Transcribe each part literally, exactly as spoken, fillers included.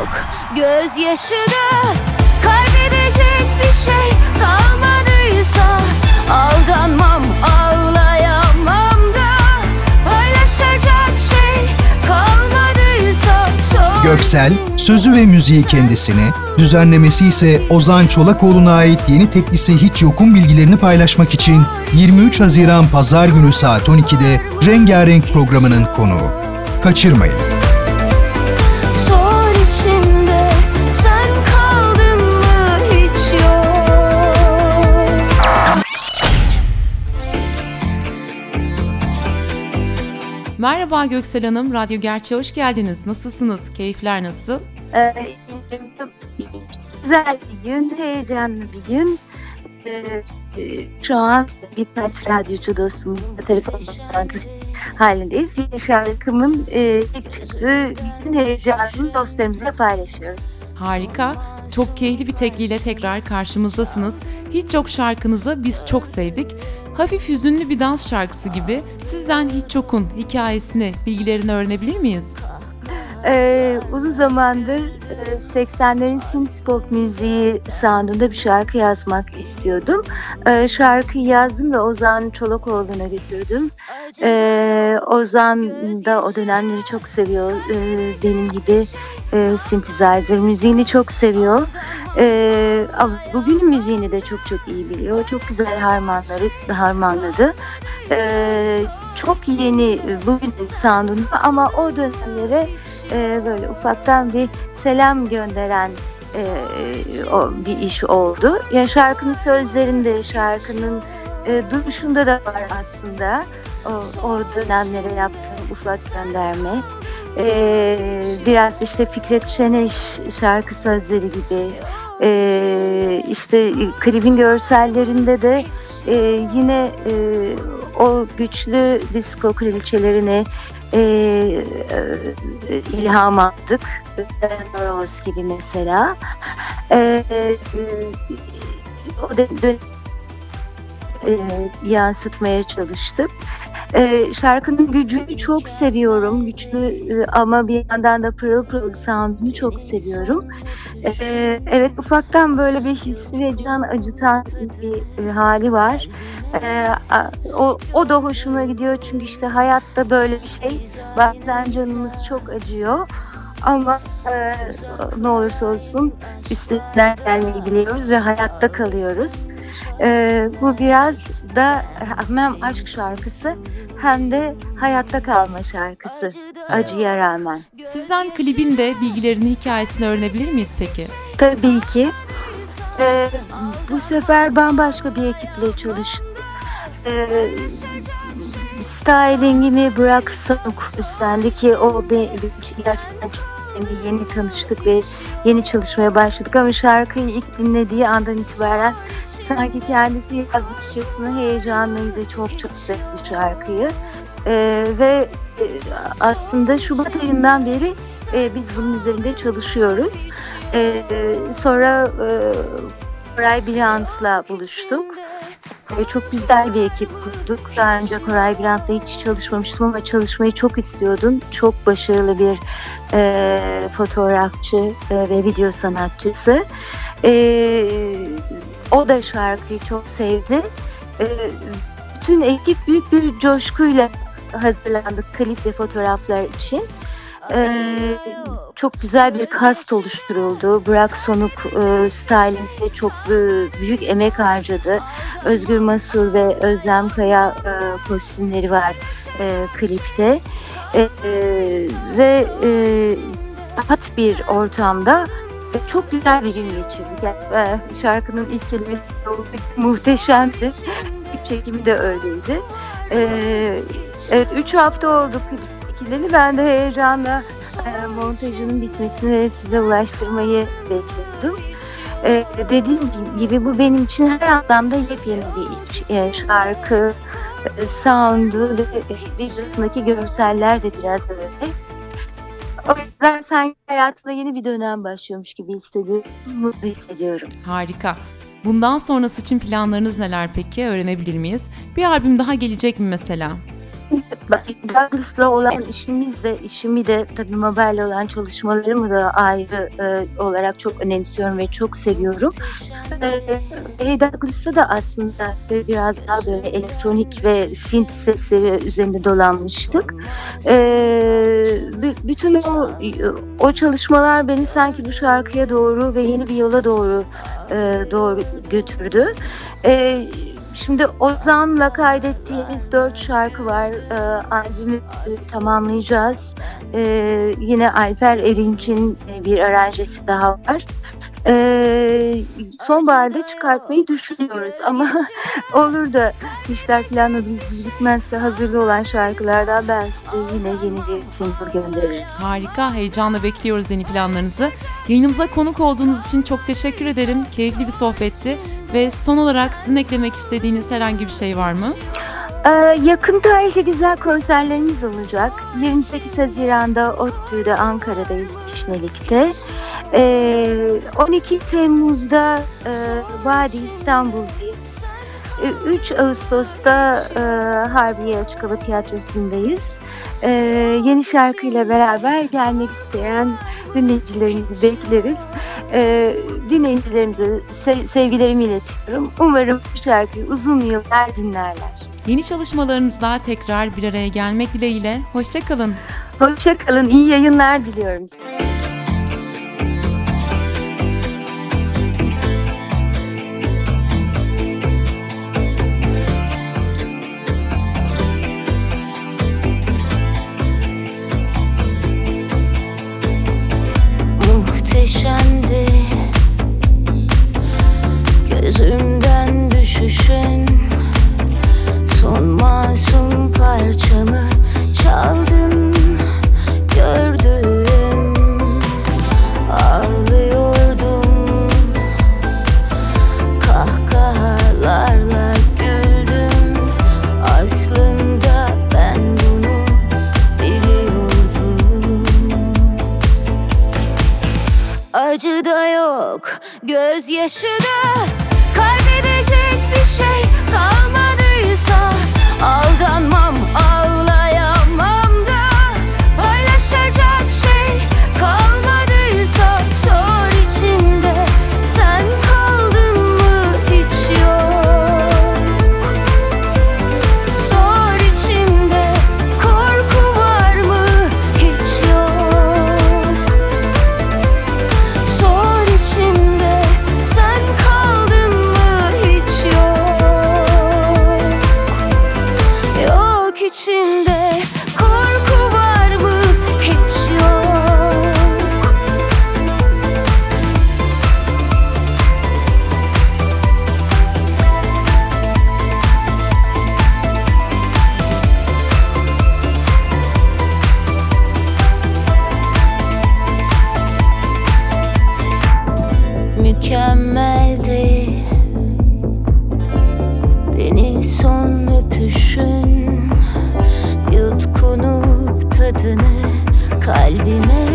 yok gözyaşı da. Kaybedecek bir şey kalmadıysa aldanmam, ağlayamam da. Paylaşacak şey kalmadıysa sorun. Göksel, sözü ve müziği kendisine, düzenlemesi ise Ozan Çolakoğlu'na ait yeni teklisi Hiç Yok'un bilgilerini paylaşmak için yirmi üç Haziran Pazar günü saat on ikide Rengarenk programının konuğu. Kaçırmayın. Sor içimde sen kaldın mı hiç yok. Merhaba Göksel Hanım, Radyo Gerçeğe hoş geldiniz. Nasılsınız? Keyifler nasıl? Ee, güzel bir gün, heyecanlı bir gün. Ee, şu an birkaç radyocu dostumuzla telefon bağlantısı halindeyiz. Yeni şarkımın e, ilk çıktığı gün heyecanını dostlarımızla paylaşıyoruz. Harika, çok keyifli bir tekliyle tekrar karşımızdasınız. Hiç Yok şarkınızı biz çok sevdik. Hafif hüzünlü bir dans şarkısı gibi. Sizden Hiç Yok'un hikayesini, bilgilerini öğrenebilir miyiz? Ee, uzun zamandır e, seksenlerin synth pop müziği sound'unda bir şarkı yazmak istiyordum. Ee, şarkıyı yazdım ve Ozan Çolakoğlu'na götürdüm. Ee, Ozan da o dönemleri çok seviyor. Ee, benim gibi e, synthesizer müziğini çok seviyor. Ee, bugün müziğini de çok çok iyi biliyor. Çok güzel harmanları harmanladı. Ee, çok yeni bugün sound'unda ama o dönemlere e, böyle ufaktan bir selam gönderen e, o bir iş oldu. Yani şarkının sözlerinde, şarkının e, duruşunda da var aslında o, o dönemlere yaptığım ufak gönderme. E, biraz işte Fikret Şeneş şarkı sözleri gibi. Ee, işte klibin görsellerinde de e, yine e, o güçlü disco kraliçelerine e, e, ilham aldık. Diana Ross gibi mesela. E, e, o da e, yansıtmaya çalıştım. Ee, şarkının gücünü çok seviyorum. Güçlü e, ama bir yandan da pırıl pırıl sound'unu çok seviyorum. Ee, evet, ufaktan böyle bir hissi ve can acıtan bir e, hali var. Ee, o, o da hoşuma gidiyor çünkü işte hayatta böyle bir şey. Bazen canımız çok acıyor. Ama e, ne olursa olsun üstünden gelmeyi biliyoruz ve hayatta kalıyoruz. Ee, bu biraz da hem aşk şarkısı hem de hayatta kalma şarkısı, acıya rağmen. Sizden klibin de bilgilerini, hikayesini öğrenebilir miyiz peki? Tabii ki. Ee, bu sefer bambaşka bir ekiple çalıştım. Ee, stylingimi Burak Sanuk üstlendi ki o be, gerçekten yeni tanıştık ve yeni çalışmaya başladık ama şarkıyı ilk dinlediği andan itibaren sanki kendisi yazmışçasına heyecanlıydı, çok çok sevdi şarkıyı. Ee, ve e, aslında Şubat ayından beri e, biz bunun üzerinde çalışıyoruz. E, sonra e, Koray Birant'la buluştuk. E, çok güzel bir ekip kurduk. Daha önce Koray Birant'la hiç çalışmamıştım ama çalışmayı çok istiyordum. Çok başarılı bir e, fotoğrafçı e, ve video sanatçısı. E, o da şarkıyı çok sevdi. E, bütün ekip büyük bir coşkuyla hazırlandık klip ve fotoğraflar için. Ee, çok güzel bir kast oluşturuldu. Burak Sonuk e, styling'de çok e, büyük emek harcadı. Özgür Masur ve Özlem Kaya e, kostümleri var e, klipte. E, e, ve e, rahat bir ortamda e, çok güzel bir gün geçirdik. Yani, e, şarkının ilk kelimesi muhteşemdi. Klip çekimi de öyleydi. E, evet, üç hafta oldu klip. Ben de heyecanla e, montajının bitmesini ve size ulaştırmayı bekliyordum. E, dediğim gibi bu benim için her anlamda yepyeni bir iş. E, şarkı, e, sound'u ve videosundaki görseller de biraz öyle. O yüzden sanki hayatımda yeni bir dönem başlıyormuş gibi hissediyorum, mutlu hissediyorum. Harika. Bundan sonrası için planlarınız neler peki? Öğrenebilir miyiz? Bir albüm daha gelecek mi mesela? Ben Douglas'la olan işimizle, işimi de tabii Mabel'le olan çalışmalarımı da ayrı e, olarak çok önemsiyorum ve çok seviyorum. E, Douglas'ta da aslında biraz daha böyle elektronik ve synth sesleri üzerinde dolanmıştık. E, b- bütün o o çalışmalar beni sanki bu şarkıya doğru ve yeni bir yola doğru e, doğru götürdü. E, Şimdi Ozan'la kaydettiğimiz dört şarkı var. Ee, albümü tamamlayacağız. Ee, yine Alper Erinç'in bir aranjesi daha var. Ee, sonbaharda çıkartmayı düşünüyoruz ama olur da işler planladığımız gibi gitmezse hazırda olan şarkılardan ben size yine yeni bir single gönderirim. Harika, heyecanla bekliyoruz yeni planlarınızı. Yayınımıza konuk olduğunuz için çok teşekkür ederim. Keyifli bir sohbetti. Ve son olarak sizin eklemek istediğiniz herhangi bir şey var mı? Ee, yakın tarihte güzel konserlerimiz olacak. yirmi sekiz Haziran'da ODTÜ'de, Ankara'dayız, Pişnelik'te. Ee, on iki Temmuz'da e, Vadi İstanbul'dayız. Ee, üç Ağustos'ta e, Harbiye Açık Hava Tiyatrosu'ndayız. Ee, yeni şarkıyla beraber gelmek isteyen dinleyicilerimizi bekleriz. Ee, dinleyicilerimize se- sevgilerimi iletiyorum. Umarım bu şarkıyı uzun yıllar dinlerler. Yeni çalışmalarınızla tekrar bir araya gelmek dileğiyle. Hoşça kalın. Hoşça kalın. İyi yayınlar diliyorum. Muhteşemdi gözümden düşüşün, son masum parçamı çaldın, gördüm, ağlıyordum, kahkahalarla güldüm, aslında ben bunu biliyordum. Acı da yok, gözyaşı da, kaybedecek bir şey kalmadıysa aldanmam, ağlayamam da, paylaşacak şey kalmadıysa sor içimde, sen kaldın mı hiç yok. Sor içimde, korku var mı hiç yok. Sor içimde, sen kaldın mı hiç yok. Yok içimde, korku var mı hiç yok. Mükemmeldi beni son öpüşün, yutkunup tadını kalbime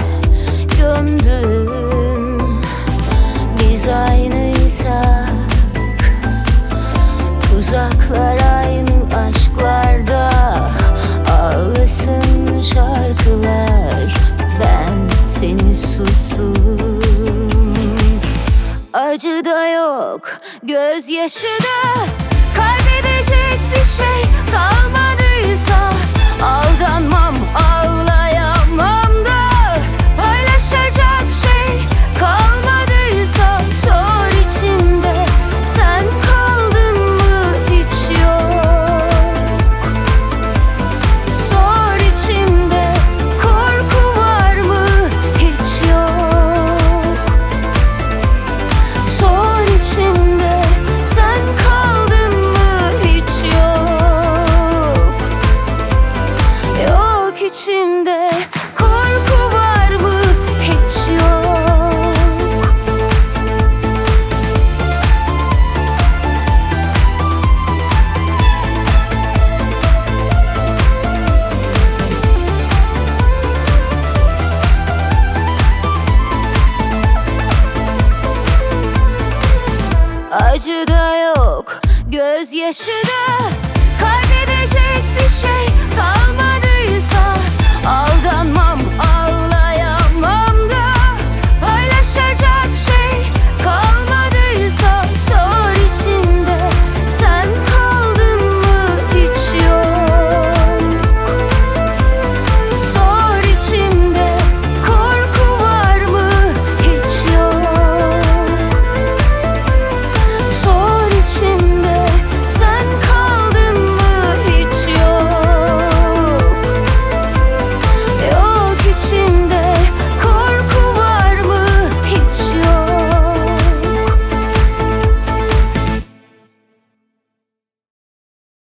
gömdüm. Biz aynıysak, tuzaklar aynı aşklarda, ağlasın şarkılar, ben seni sustum. Acı da yok, gözyaşı da, kaybedecek bir şey kalmadıysa aldanmam, ağlayamam da, paylaşacak şey kalmadıysa sor içimde, sen kaldın mı hiç yok. Sor içimde, korku var mı hiç yok. Sor içimde, sen kaldın mı hiç yok. Yok içimde, korku var mı hiç yok. Acı da yok, gözyaşı da, kaybedecek bir şey kalmadı.